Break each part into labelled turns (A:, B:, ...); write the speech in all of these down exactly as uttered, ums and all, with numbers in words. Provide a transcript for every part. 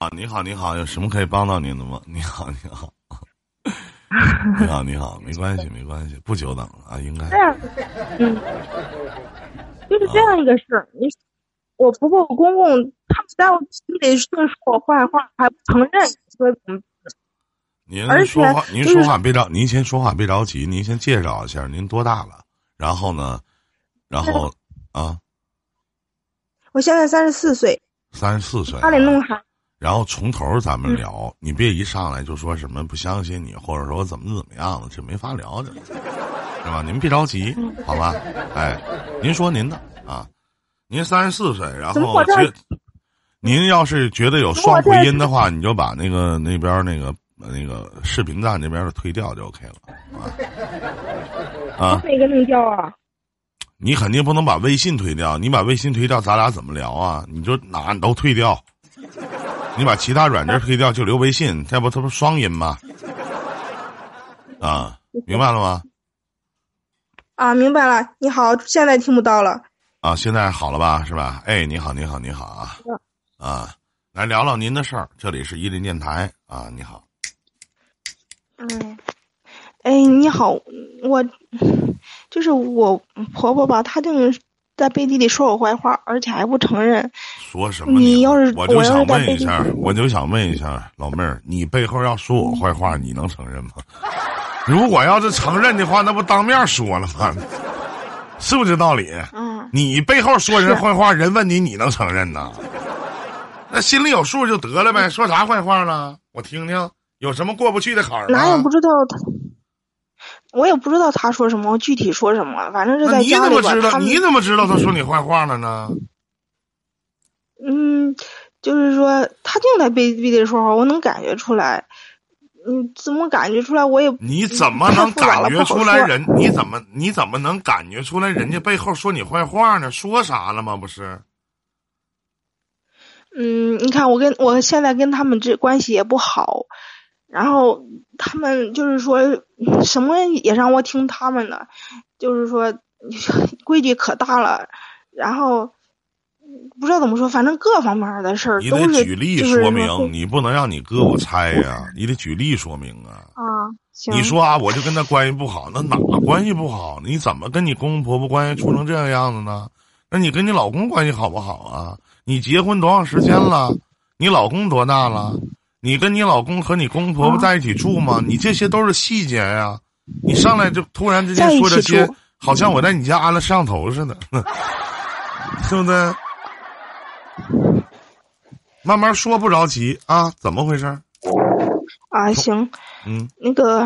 A: 啊，你好，你好，有什么可以帮到您的吗？你好，你好，你好，你好，没关系，没关系，不久等啊，应该。
B: 这样，嗯，就是这样一个事儿。你，我婆婆、我公公他们在我心里净说我坏话，还不承认，说怎么？而且
A: 您说话，您
B: 就是
A: 说话别着，您先说话别着急，您先介绍一下您多大了，然后呢，然后啊，
B: 我现在三十四岁，
A: 三十四岁
B: 家里
A: 啊，
B: 弄孩，
A: 然后从头咱们
B: 嗯，
A: 聊，你别一上来就说什么不相信你，或者说怎么怎么样的，这没法聊的，是吧？您别着急，好吧？哎，您说您的啊，您三十四岁，然后
B: 怎么我这
A: 觉，您要是觉得有双回音的话，你就把那个那边那个那个视频站那边的推掉就 OK 了，啊啊，
B: 哪个能叫啊？
A: 你肯定不能把微信推掉，你把微信推掉，咱俩怎么聊啊？你就哪你都退掉。你把其他软件推掉，就留微信，这不这不双音吗？啊，明白了吗？
B: 啊，明白了。你好，现在听不到了。
A: 啊，现在好了吧？是吧？哎，你好，你好，你好啊！啊，来聊聊您的事儿。这里是伊林电台啊，你好。
B: 嗯，哎，你好，我就是我婆婆吧，她就是在背地里说我坏话，而且还不承认。
A: 说什么你？
B: 你要是
A: 我就想问一
B: 我
A: 下，我就想问一下老妹儿，你背后要说我坏话，你能承认吗？如果要是承认的话，那不当面说了吗？是不是这道理？
B: 嗯，
A: 你背后说人坏话，人问你，你能承认呐？那心里有数就得了呗，说啥坏话了？我听听，有什么过不去的坎儿吗？
B: 哪也不知道他，我也不知道他说什么，具体说什么，反正是
A: 那你
B: 在家里边。
A: 怎么知道？
B: 他们
A: 你怎么知道他说你坏话了呢？
B: 嗯，就是说他净在背地里说话，我能感觉出来。嗯，怎么感觉出来？我也
A: 你怎么能感觉出来人？你怎么你怎么能感觉出来人家背后说你坏话呢？说啥了吗？不是？
B: 嗯，你看我跟我现在跟他们这关系也不好，然后他们就是说什么也让我听他们的，就是说规矩可大了，然后不知道怎么说，反正各方面的事儿都是。
A: 你得举例说明，你不能让你哥我猜呀，你得举例说明啊。
B: 啊，行。
A: 你说啊，我就跟他关系不好，那哪关系不好？你怎么跟你公公婆婆关系处成这样样子呢？那你跟你老公关系好不好啊？你结婚多长时间了？你老公多大了？你跟你老公和你公公婆婆在一起住吗？你这些都是细节呀。你上来就突然之间说这些，好像我在你家安了摄像头似的，是不是？慢慢说，不着急啊，怎么回事？
B: 啊，行，
A: 嗯，
B: 那个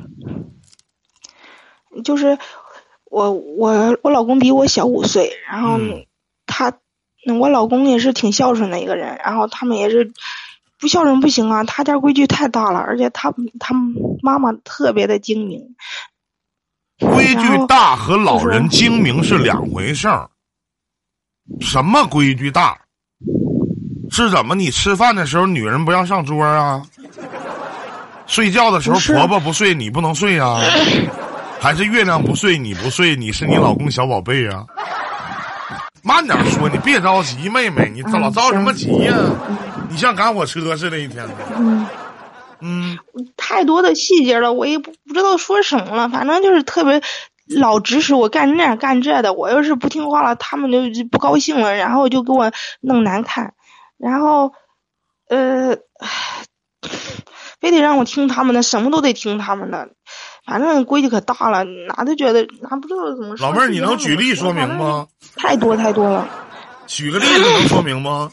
B: 就是我我我老公比我小五岁，然后
A: 嗯
B: 他，我老公也是挺孝顺的一个人，然后他们也是不孝顺不行啊，他家规矩太大了，而且他他妈妈特别的精明。
A: 规矩大和老人精明是两回事儿。什么规矩大？是怎么？你吃饭的时候女人不让上桌啊？睡觉的时候婆婆不睡，你不能睡啊？还是月亮不睡你不睡？你是你老公小宝贝啊？慢点说，你别着急，妹妹，你老着什么急呀、啊？你像赶火车似的，一天的。
B: 嗯
A: 嗯，
B: 太多的细节了，我也不不知道说什么了，反正就是特别。老指使我干那干这的，我要是不听话了，他们就不高兴了，然后就给我弄难看，然后，呃，非得让我听他们的，什么都得听他们的，反正规矩可大了，哪都觉得哪不知道怎么说。
A: 老妹儿，你能举例说明吗？
B: 太多太多了。
A: 举个例子能说明吗？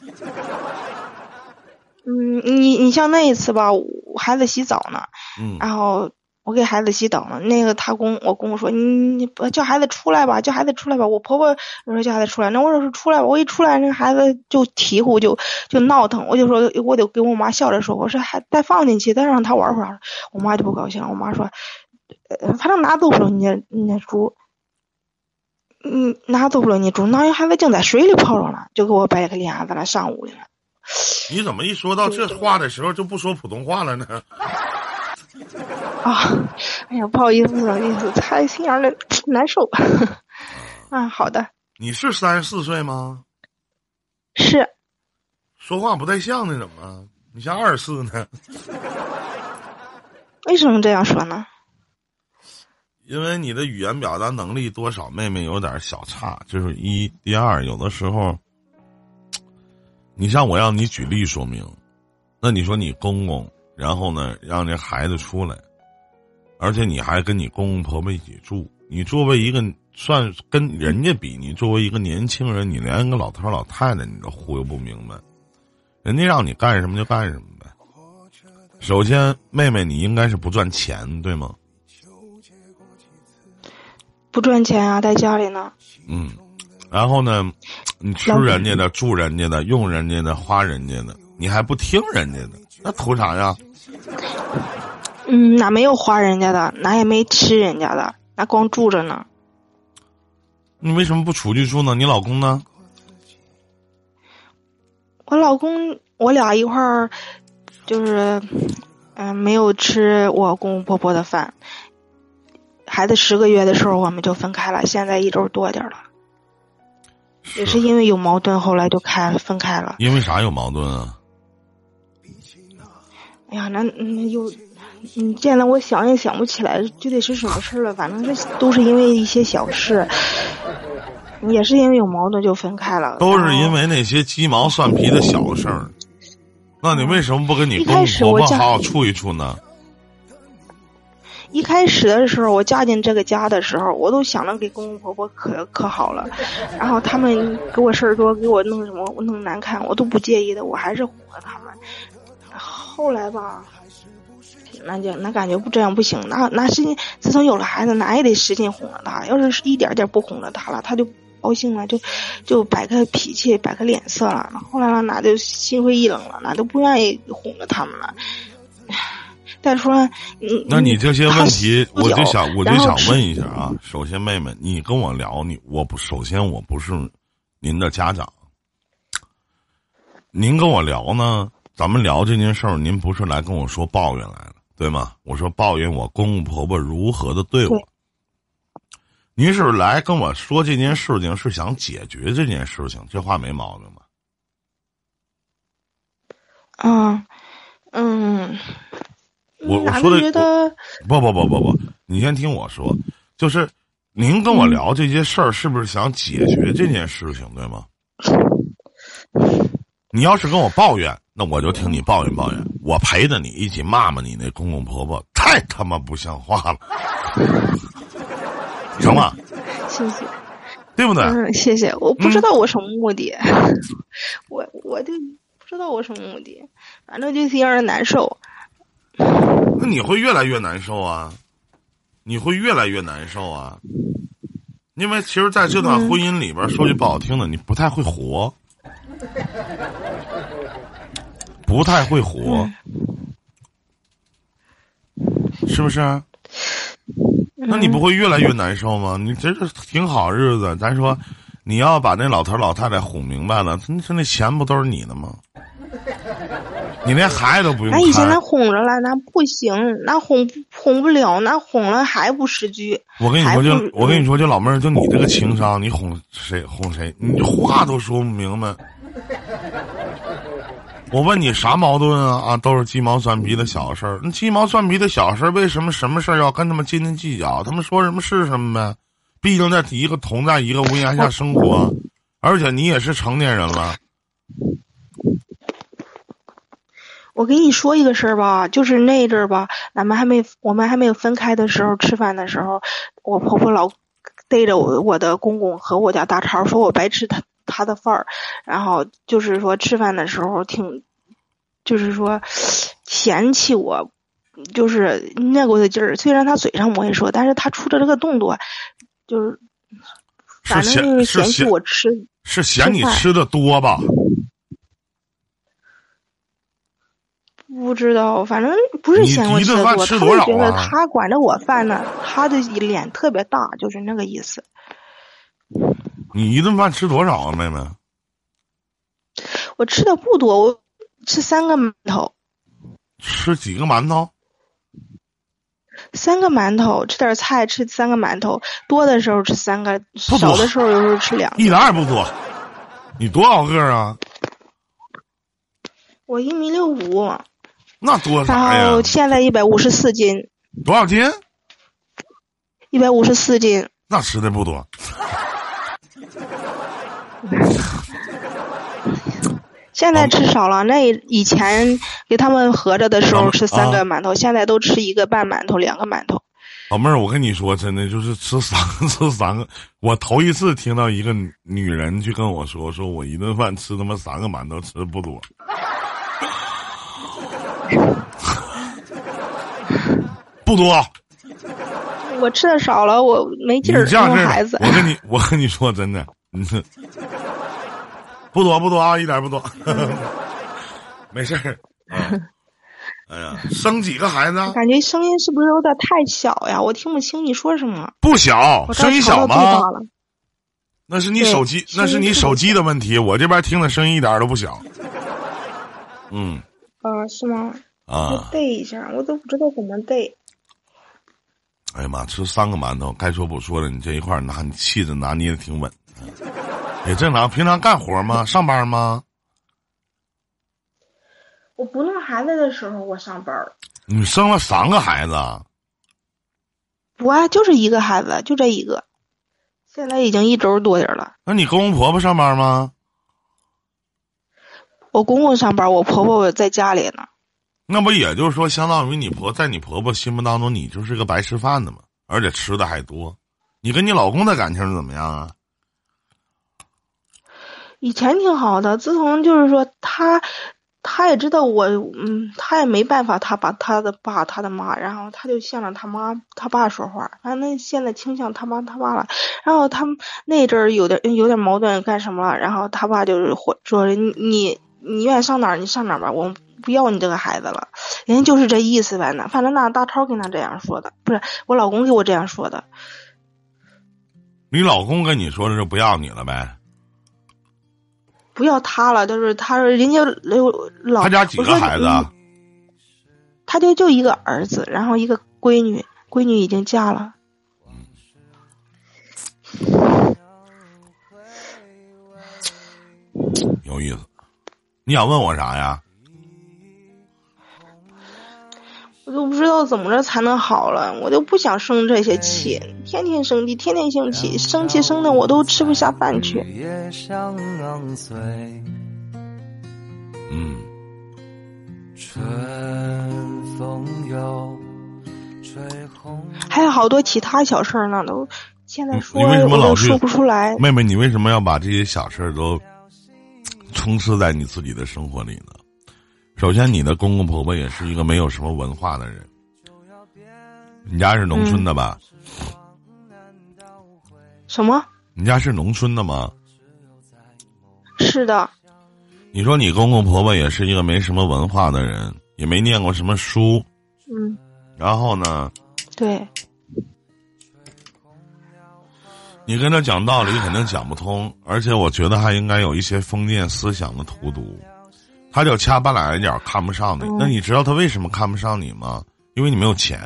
B: 嗯，你你像那一次吧，我孩子洗澡呢，
A: 嗯，
B: 然后。我给孩子洗澡呢，那个他公我公公说你你叫孩子出来吧，叫孩子出来吧。我婆婆说叫孩子出来，那我说是出来吧。我一出来，那个孩子就啼呼，就就闹腾。我就说我得跟我妈笑着说，我说还再放进去，再让他玩会儿。我妈就不高兴，我妈说，呃，反正哪都不了你你猪，嗯，哪都不了你猪，那孩子正在水里泡着呢，就给我摆个脸子了，上屋里了。
A: 你怎么一说到这话的时候就不说普通话了呢？
B: 啊，哎呀，不好意思，不好意思，太心眼了，难受。啊，好的。
A: 你是三十四岁吗？
B: 是。
A: 说话不太像那种啊。 你像二四呢？
B: 为什么这样说呢？
A: 因为你的语言表达能力多少妹妹有点小差，就是一。第二，有的时候，你像我让你举例说明，那你说你公公，然后呢让这孩子出来，而且你还跟你公公婆婆一起住，你作为一个算跟人家比，你作为一个年轻人，你连个老头老太太你都忽悠不明白，人家让你干什么就干什么呗。首先，妹妹你应该是不赚钱，对吗？
B: 不赚钱啊，在家里呢。
A: 嗯，然后呢，你吃人家的，住人家的，用人家的，花人家的，你还不听人家的，那图啥呀？
B: 嗯，哪没有花人家的，哪也没吃人家的，哪光住着呢。
A: 你为什么不出去住呢？你老公呢？
B: 我老公，我俩一块儿，就是，嗯、呃，没有吃我公公婆婆的饭。孩子十个月的时候我们就分开了，现在一周多点了。也是因为有矛盾，后来就开分开了。
A: 因为啥有矛盾啊？
B: 哎呀，那嗯有，你见了我想也想不起来具体是什么事了，反正是都是因为一些小事，也是因为有矛盾就分开了。
A: 都是因为那些鸡毛蒜皮的小事儿。那你为什么不跟你公公婆婆好好处一处呢？
B: 一开始的时候，我嫁进这个家的时候，我都想着给公公婆婆可可好了，然后他们给我事儿多，给我弄什么弄难看，我都不介意的，我还是哄着他们。后来吧，那就那感觉不这样不行，那那是自从有了孩子，哪也得使劲哄着他，要是一点点不哄着他了，他就高兴了，就就摆个脾气，摆个脸色了。后来了，那就心灰意冷了，那都不愿意哄着他们了。再说，嗯，
A: 那你这些问题，我就想，我就想问一下啊。首先，妹妹，你跟我聊，你我不，首先我不是您的家长，您跟我聊呢，咱们聊这件事儿，您不是来跟我说抱怨来了，对吗？我说抱怨我公公婆婆如何的对我，对，您是来跟我说这件事情，是想解决这件事情，这话没毛病吧？
B: 嗯嗯。
A: 我我说的不不不不不，你先听我说，就是您跟我聊这些事儿，是不是想解决这件事情，对吗？你要是跟我抱怨，那我就听你抱怨抱怨，我陪着你一起骂骂你那公公婆婆，太他妈不像话了，成吗？
B: 谢谢，
A: 对不对？
B: 嗯，谢谢。我不知道我什么目的，嗯、我我就不知道我什么目的，反正就是让人难受。
A: 那你会越来越难受啊，你会越来越难受啊，因为其实在这段婚姻里边，说句不好听的，你不太会活，不太会活，是不是？那你不会越来越难受吗？你这是挺好日子，咱说你要把那老头老太太哄明白了，那那钱不都是你的吗？你连孩子都不用看。
B: 那以前那哄着了，那不行，那哄哄不了，那哄了还不识句。
A: 我跟你说就，就我跟你说，就老妹儿，就你这个情商，你哄谁哄谁，你话都说不明白。我问你啥矛盾啊？啊，都是鸡毛蒜皮的小事儿。那鸡毛蒜皮的小事儿，为什么什么事儿要跟他们斤斤计较？他们说什么是什么呗？毕竟在一个同在一个屋檐下生活，而且你也是成年人了。
B: 我跟你说一个事儿吧，就是那阵儿吧，咱们还没我们还没有分开的时候，吃饭的时候，我婆婆老逮着我我的公公和我家大超，说我白吃他他的饭儿，然后就是说吃饭的时候挺，就是说嫌弃我，就是那股子劲儿。虽然他嘴上不会说，但是他出的这个动作，就是反正就是嫌弃我吃，
A: 是嫌你吃的多吧？
B: 不知道，反正不是嫌我吃的多，他就觉得他管着我饭呢，他的脸特别大，就是那个意思。
A: 你一顿饭吃多少啊，妹妹？
B: 我吃的不多，我吃三个馒头。
A: 吃几个馒头？
B: 三个馒头，吃点菜，吃三个馒头，多的时候吃三个，少的时候有时候吃两个。
A: 一点也不多。你多少个啊？
B: 我一米六五。
A: 那多啥呀？
B: 然后现在一百五十四斤。
A: 多少斤？
B: 一百五十四斤。
A: 那吃的不多。
B: 现在吃少了，那以前给他们合着的时候吃三个馒头，啊、现在都吃一个半馒头、两个馒头。
A: 老妹儿，我跟你说，真的就是吃三个吃三个。我头一次听到一个女人去跟我说，说我一顿饭吃他妈三个馒头，吃的不多。不多。
B: 我吃的少了，我没劲儿弄孩子。
A: 我跟你，我跟你说，真的，嗯，不多不多啊，一点不多，没事儿。嗯哎呀，生几个孩子？
B: 感觉声音是不是有点太小呀？我听不清你说什么。
A: 不小，声音小吗？那是你手机，那是你手机的问题。我这边听的声音一点都不小。嗯。
B: 啊，是吗？
A: 啊。
B: 我背一下，我都不知道怎么背。
A: 哎呀妈，吃三个馒头，该说不说的，你这一块拿你气质拿捏的挺稳，也正常。平常干活吗？上班吗？
B: 我不弄孩子的时候，我上班。
A: 你生了三个孩子？
B: 不啊，就是一个孩子，就这一个。现在已经一周多点了。
A: 那你公公婆婆上班吗？
B: 我公公上班，我婆婆在家里呢。
A: 那不也就是说，相当于你婆在你婆婆心目当中，你就是个白吃饭的嘛，而且吃的还多。你跟你老公的感情怎么样啊？
B: 以前挺好的，自从就是说他。他也知道我，嗯，他也没办法，他把他的爸、他的妈，然后他就向着他妈、他爸说话，反正现在倾向他妈、他爸了。然后他们那阵儿有点有点矛盾，干什么了？然后他爸就是说：“你你愿意上哪儿你上哪儿吧，我不要你这个孩子了。”人家就是这意思呗呢。反正那大超跟他这样说的，不是我老公给我这样说的。
A: 你老公跟你说的是不要你了呗？
B: 不要他了，就是他说人家老
A: 他家几个孩子啊？
B: 他就就一个儿子，然后一个闺女，闺女已经嫁了。
A: 嗯，有意思。你想问我啥呀？
B: 我都不知道怎么着才能好了，我就不想生这些气，天天生气，天天生气，生气生的我都吃不下饭去。
A: 嗯，
B: 还有好多其他小事呢，都现在说
A: 你为什么老
B: 说不出来。
A: 妹妹，你为什么要把这些小事都充斥在你自己的生活里呢？首先，你的公公婆婆也是一个没有什么文化的人。你家是农村的吧？
B: 嗯、什么？
A: 你家是农村的吗？
B: 是的。
A: 你说你公公婆婆也是一个没什么文化的人，也没念过什么书。
B: 嗯。
A: 然后呢？
B: 对。
A: 你跟他讲道理肯定讲不通，而且我觉得还应该有一些封建思想的荼毒。他就掐半拉一角看不上你，
B: 嗯、
A: 那你知道他为什么看不上你吗？因为你没有钱，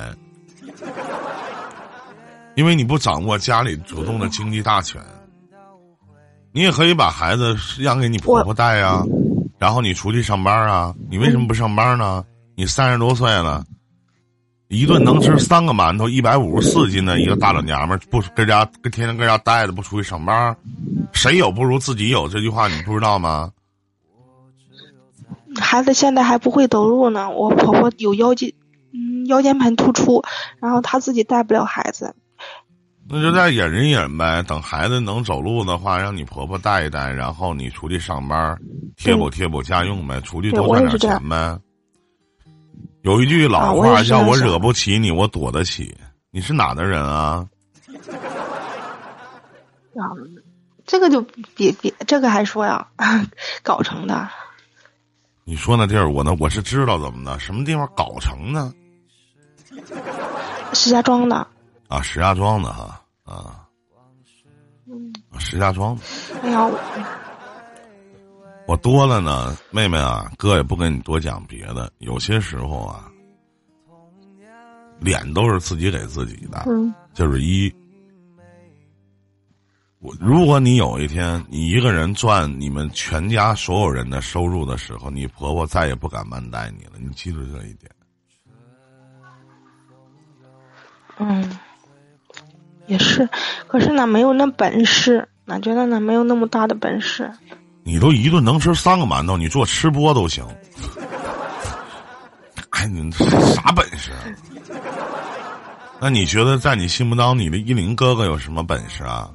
A: 因为你不掌握家里主动的经济大权。你也可以把孩子让给你婆婆带啊，然后你出去上班啊。你为什么不上班呢？你三十多岁了，一顿能吃三个馒头，一百五十四斤的一个大老娘们儿，不跟家跟天天跟家待着，不出去上班，谁有不如自己有这句话你不知道吗？
B: 孩子现在还不会走路呢，我婆婆有腰间嗯腰间盘突出，然后她自己带不了孩子。
A: 那就再忍一忍呗，等孩子能走路的话，让你婆婆带一带，然后你出去上班，贴补贴补家用呗，出去多赚点钱呗。有一句老话叫我惹不起你，我躲得起。你是哪的人啊？
B: 啊，这个就别别，这个还说呀，搞成的。
A: 你说那地儿我呢，我是知道怎么的，什么地方搞成的？
B: 石家庄的。
A: 啊，石家庄的哈啊，
B: 嗯，
A: 石家庄的。
B: 哎呀，
A: 我多了呢，妹妹啊，哥也不跟你多讲别的。有些时候啊，脸都是自己给自己的。
B: 嗯，
A: 就是一， 如果你有一天你一个人赚你们全家所有人的收入的时候，你婆婆再也不敢慢待你了，你记住这一点。
B: 嗯，也是，可是呢，没有那本事，哪觉得呢没有那么大的本事。
A: 你都一顿能吃三个馒头，你做吃播都行。哎，你啥本事啊？那你觉得在你心目当中，你的依林哥哥有什么本事啊？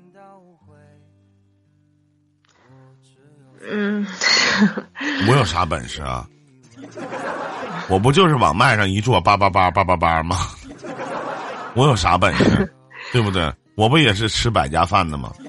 B: 嗯，
A: 我有啥本事啊？我不就是往麦上一坐，叭叭叭叭叭叭吗？我有啥本事？对不对？我不也是吃百家饭的吗？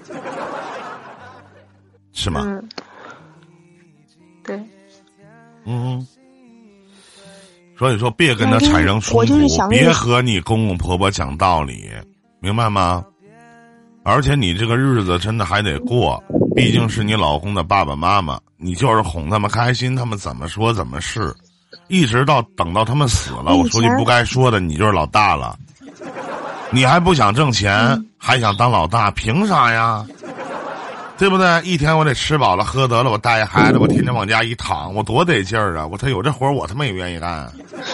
A: 是吗？
B: 嗯，对。
A: 嗯。所以说，别跟他产生冲突，别和你公公婆婆讲道理，明白吗？而且你这个日子真的还得过，毕竟是你老公的爸爸妈妈，你就是哄他们开心，他们怎么说怎么是，一直到等到他们死了，我说句不该说的，你就是老大了。你还不想挣钱，嗯、还想当老大，凭啥呀？对不对？一天我得吃饱了喝得了，我带孩子，我天天往家一躺，我多得劲儿啊！我他有这活我他妈也愿意干。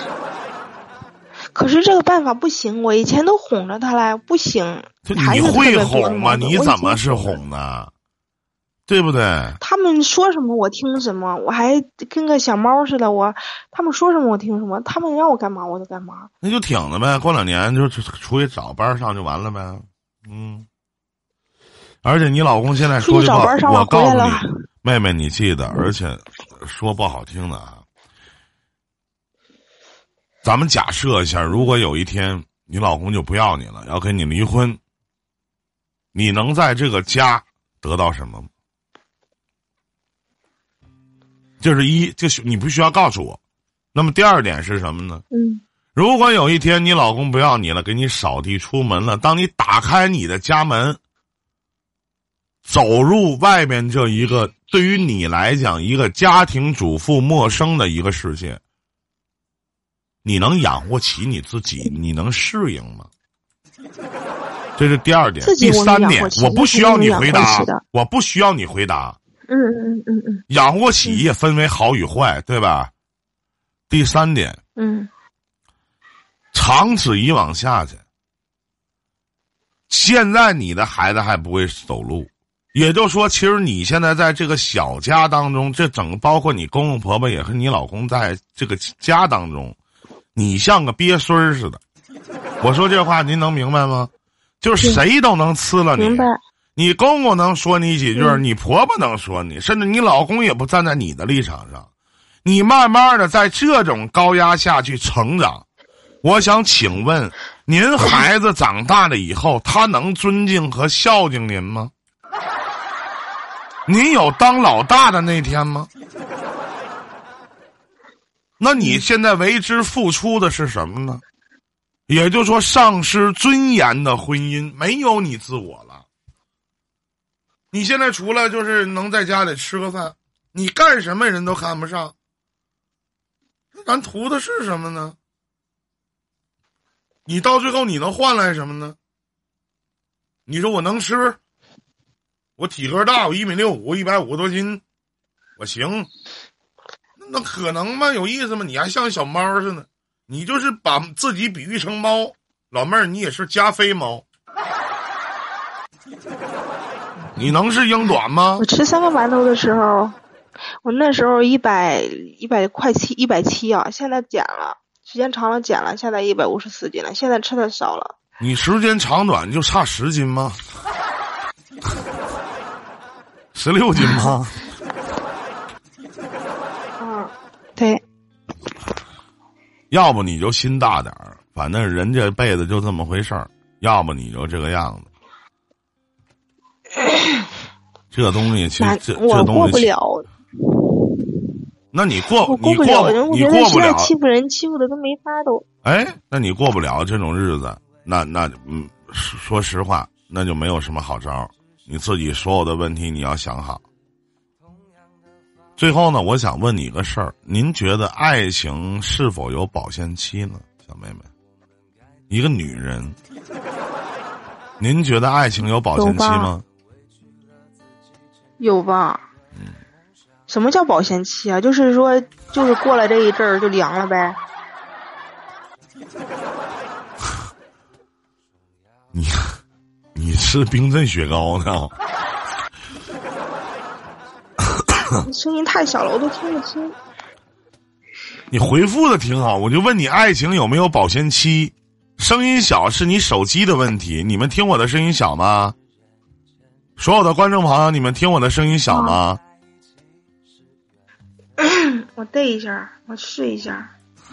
B: 可是这个办法不行，我以前都哄着他来，不行。
A: 你会哄吗？你怎么是哄的？对不对？
B: 他们说什么我听什么，我还跟个小猫似的，我他们说什么我听什么，他们让我干嘛我就干嘛。
A: 那就挺着呗，过两年就出去找班上就完了呗。嗯。而且你老公现在说句不好，我告诉你，妹妹你记得，而且说不好听的啊，咱们假设一下，如果有一天你老公就不要你了，要跟你离婚，你能在这个家得到什么？这是一，就是你不需要告诉我。那么第二点是什么呢？
B: 嗯，
A: 如果有一天你老公不要你了，给你扫地出门了，当你打开你的家门，走入外面这一个对于你来讲一个家庭主妇陌生的一个世界，你能养活起你自己？你能适应吗？这是第二点。第三点，我不需要你回答，我不需要你回答。
B: 嗯嗯嗯嗯。
A: 养活起也分为好与坏，对吧？第三点，
B: 嗯，
A: 长此以往下去，现在你的孩子还不会走路。也就是说，其实你现在在这个小家当中，这整个包括你公公婆婆也和你老公在这个家当中，你像个鳖孙儿似的。我说这话您能明白吗？就是谁都能呲了你，
B: 明白？
A: 你公公能说你几句，
B: 嗯、
A: 你婆婆能说你，甚至你老公也不站在你的立场上。你慢慢的在这种高压下去成长，我想请问您孩子长大了以后，他能尊敬和孝敬您吗？您有当老大的那天吗？那你现在为之付出的是什么呢？也就是说，丧失尊严的婚姻，没有你自我了。你现在除了就是能在家里吃个饭，你干什么人都看不上。咱图的是什么呢？你到最后你能换来什么呢？你说我能吃，我体格大，我一米六五，一百五十多斤，我行，那可能吗？有意思吗？你还像小猫似的，你就是把自己比喻成猫，老妹儿，你也是加菲猫，你能是英短吗？
B: 我吃三个馒头的时候，我那时候一百一百快七一百七啊，现在减了，时间长了减了，现在一百五十四斤了，现在吃的少了。
A: 你时间长短就差十斤吗？十六斤吗？
B: 嗯，对。
A: 要不你就心大点儿，反正人这辈子就这么回事儿；要不你就这个样子。这东西其实这这东西
B: 我过不了。
A: 那你过
B: 我过不
A: 了，你过不了，
B: 欺负人欺负的都没法都。
A: 哎，那你过不了这种日子，那那嗯，说实话，那就没有什么好招。你自己所有的问题你要想好。最后呢，我想问你一个事儿：您觉得爱情是否有保鲜期呢，小妹妹？一个女人，您觉得爱情有保鲜期吗？
B: 有吧？嗯。什么叫保鲜期啊？就是说，就是过了这一阵儿就凉了呗。
A: 你你吃冰镇雪糕呢？
B: 声音太小了，我都听不清。
A: 你回复的挺好，我就问你爱情有没有保鲜期？声音小是你手机的问题，你们听我的声音小吗？所有的观众朋友，你们听我的声音小吗？
B: 啊、我对一下，我试一下。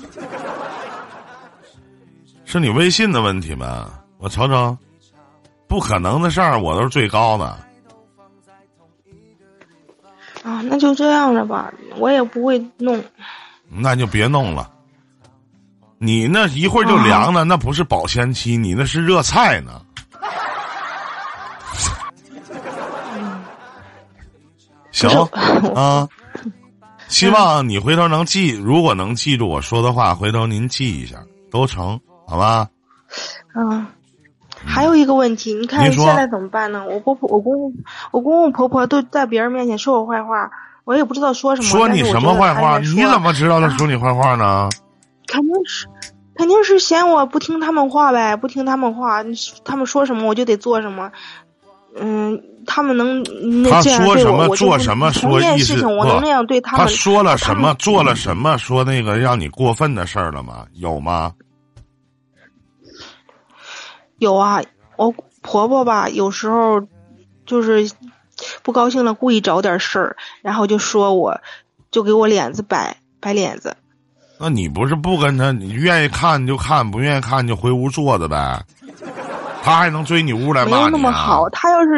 A: 是你微信的问题吗？我瞅瞅，不可能的事儿，我都是最高的。
B: 啊，那就这样了吧，我也不会弄。
A: 那就别弄了。你那一会儿就凉了，啊、那不是保鲜期，你那是热菜呢。
B: 嗯、
A: 行啊，希望你回头能记，如果能记住我说的话，回头您记一下，都成，好吧？
B: 嗯。还有一个问题，你看现在怎么办呢？我婆婆、我公公、我公公婆婆都在别人面前说我坏话，我也不知道说什么。
A: 说你什么坏话？你怎么知道他说你坏话呢？
B: 啊、肯定是，肯定是嫌我不听他们话呗，不听他们话，他们说什么我就得做什么。嗯，他们能那这样对我，
A: 他说什么做什么，说意思
B: 我能那样对他们。
A: 他说了什么，做了什么，说那个让你过分的事儿了吗？有吗？
B: 有啊，我婆婆吧，有时候就是不高兴了，故意找点事儿，然后就说我，就给我脸子摆摆脸子。
A: 那你不是不跟他，你愿意看就看，不愿意看就回屋坐着呗。他还能追你屋来骂你、啊？
B: 没有那么好，他要是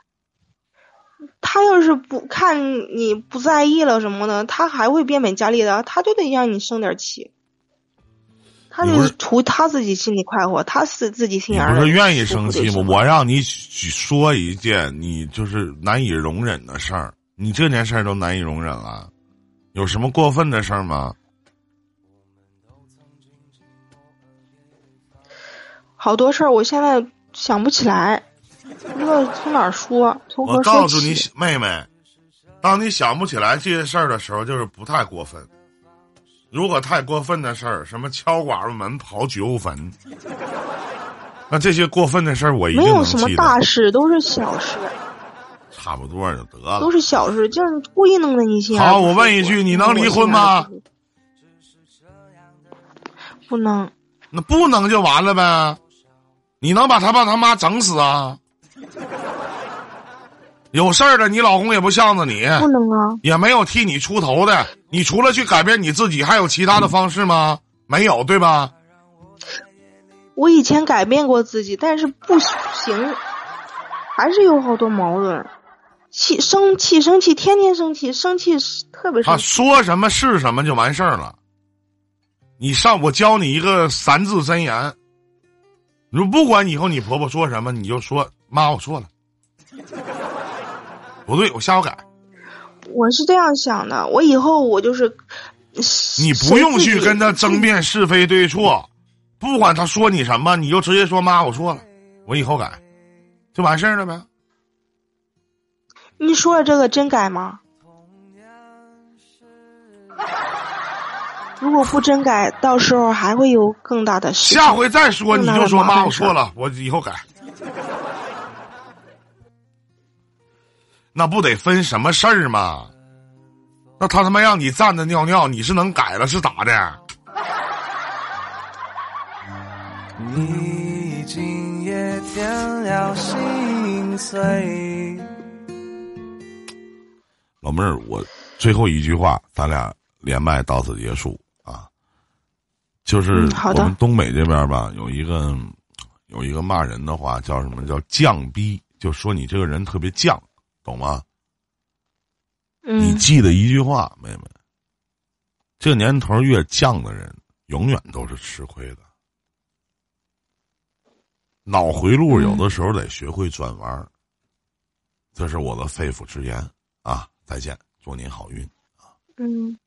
B: 他要是不看你不在意了什么的，他还会变本加厉的，他就得让你生点气。他就是图他自己心里快活，他是自己心眼儿。
A: 你不是愿意生气吗？我让你说一件你就是难以容忍的事儿，你这件事儿都难以容忍了，有什么过分的事儿吗？
B: 好多事儿，我现在想不起来，不知道从哪儿说，从何说起。
A: 我告诉你，妹妹，当你想不起来这些事儿的时候，就是不太过分。如果太过分的事儿，什么敲寡妇门、刨菊花坟，那这些过分的事儿我一定能记得。
B: 没有什么大事，都是小事。
A: 差不多就得了。
B: 都是小事，就是故意弄得你心。
A: 好，我问一句，你能离婚吗？
B: 不能。
A: 那不能就完了呗？你能把他爸他妈整死啊？有事儿的，你老公也不向着你，
B: 不能啊，
A: 也没有替你出头的。你除了去改变你自己，还有其他的方式吗？没有，对吧？
B: 我以前改变过自己，但是不行，还是有好多矛盾。气生气生气，天天生气，生气特别生气。
A: 他说什么是什么就完事儿了。你上，我教你一个三字真言。你不管以后你婆婆说什么，你就说妈，我错了。不对，我下午改。
B: 我是这样想的，我以后我就是，
A: 你不用去跟他争辩是非对错，不管他说你什么，你就直接说妈，我错了，我以后改，就完事儿了呗。
B: 你说了这个真改吗？如果不真改，到时候还会有更大的事。
A: 下回再说你就说妈，我错了，我以后改。那不得分什么事儿吗？那他他妈让你站着尿尿，你是能改了是咋的？你今夜添了心碎。老妹儿，我最后一句话，咱俩连麦到此结束啊。就是我们东北这边吧，有一个有一个骂人的话，叫什么叫犟逼，就说你这个人特别犟。懂吗？
B: 嗯，
A: 你记得一句话，妹妹，这年头越犟的人，永远都是吃亏的。脑回路有的时候得学会转弯，嗯、这是我的肺腑之言啊！再见，祝您好运啊！
B: 嗯。